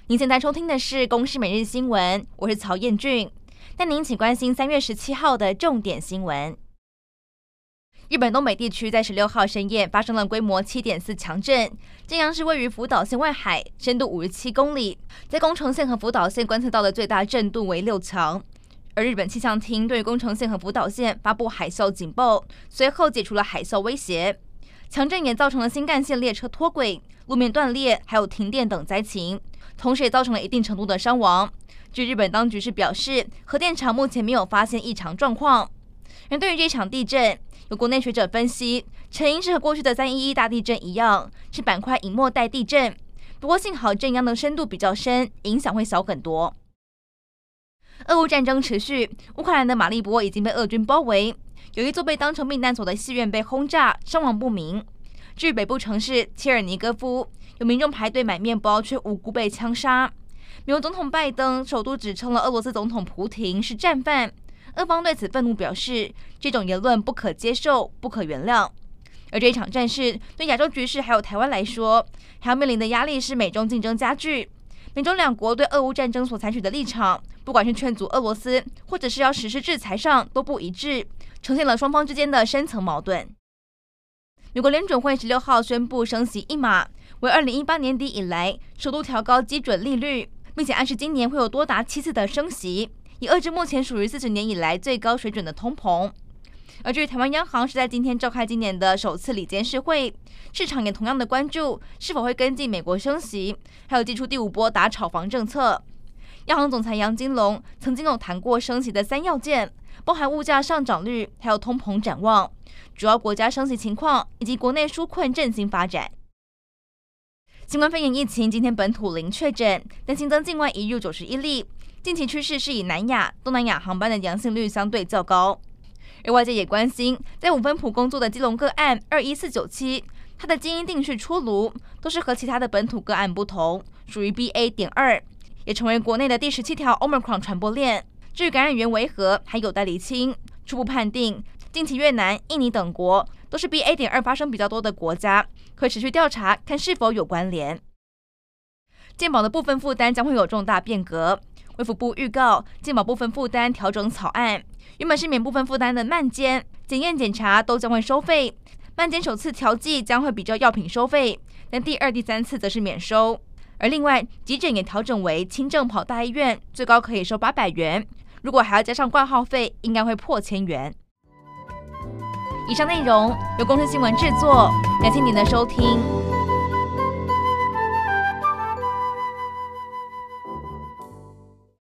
您现在收听的是《公视每日新闻》，我是曹彦俊，带您一起关心3月17号的重点新闻。日本东北地区在16号深夜发生了规模 7.4 强震，震央是位于福岛县外海，深度57公里，在宫城县和福岛县观测到的最大震度为6强。而日本气象厅对宫城县和福岛县发布海啸警报，随后解除了海啸威胁。强震也造成了新干线列车脱轨、路面断裂，还有停电等灾情，同时也造成了一定程度的伤亡。据日本当局是表示，核电厂目前没有发现异常状况。而对于这场地震，有国内学者分析，成因是和过去的311大地震一样，是板块隐没带地震。不过幸好震央的深度比较深，影响会小很多。俄乌战争持续，乌克兰的马利波已经被俄军包围，有一座被当成避难所的戏院被轰炸，伤亡不明。至于北部城市切尔尼戈夫，有民众排队买面包，却无辜被枪杀。美国总统拜登首度指称了俄罗斯总统普廷是战犯，俄方对此愤怒表示，这种言论不可接受、不可原谅。而这一场战事对亚洲局势还有台湾来说，还要面临的压力是美中竞争加剧。美中两国对俄乌战争所采取的立场，不管是劝阻俄罗斯，或者是要实施制裁上，都不一致，呈现了双方之间的深层矛盾。美国联准会16号宣布升息1码，为2018年底以来首度调高基准利率，并且暗示今年会有多达7次的升息，以遏制目前属于40年以来最高水准的通膨。而至于台湾央行是在今天召开今年的首次理监事会，市场也同样的关注是否会跟进美国升息，还有祭出第5波打炒房政策。央行总裁杨金龙曾经有谈过升息的3要件，包含物价上涨率，还有通膨展望、主要国家升息情况以及国内纾困振兴发展。新冠肺炎疫情今天本土0确诊，但新增境外移入91例，近期趋势是以南亚、东南亚航班的阳性率相对较高。而外界也关心，在5分埔工作的基隆个案21497，它的基因定序出炉，都是和其他的本土个案不同，属于 BA.2， 也成为国内的第17条 Omicron 传播链。至于感染源为何，还有待厘清。初步判定，近期越南、印尼等国都是 BA.2 发生比较多的国家，可持续调查，看是否有关联。健保的部分负担将会有重大变革。卫福部预告，健保部分负担调整草案，原本是免部分负担的慢检、检验检查都将会收费，慢检首次调剂将会比照药品收费，但第2、第3次则是免收。而另外，急诊也调整为轻症跑大医院，最高可以收800元，如果还要加上挂号费，应该会破1000元。以上内容由公视新闻制作，感谢您的收听。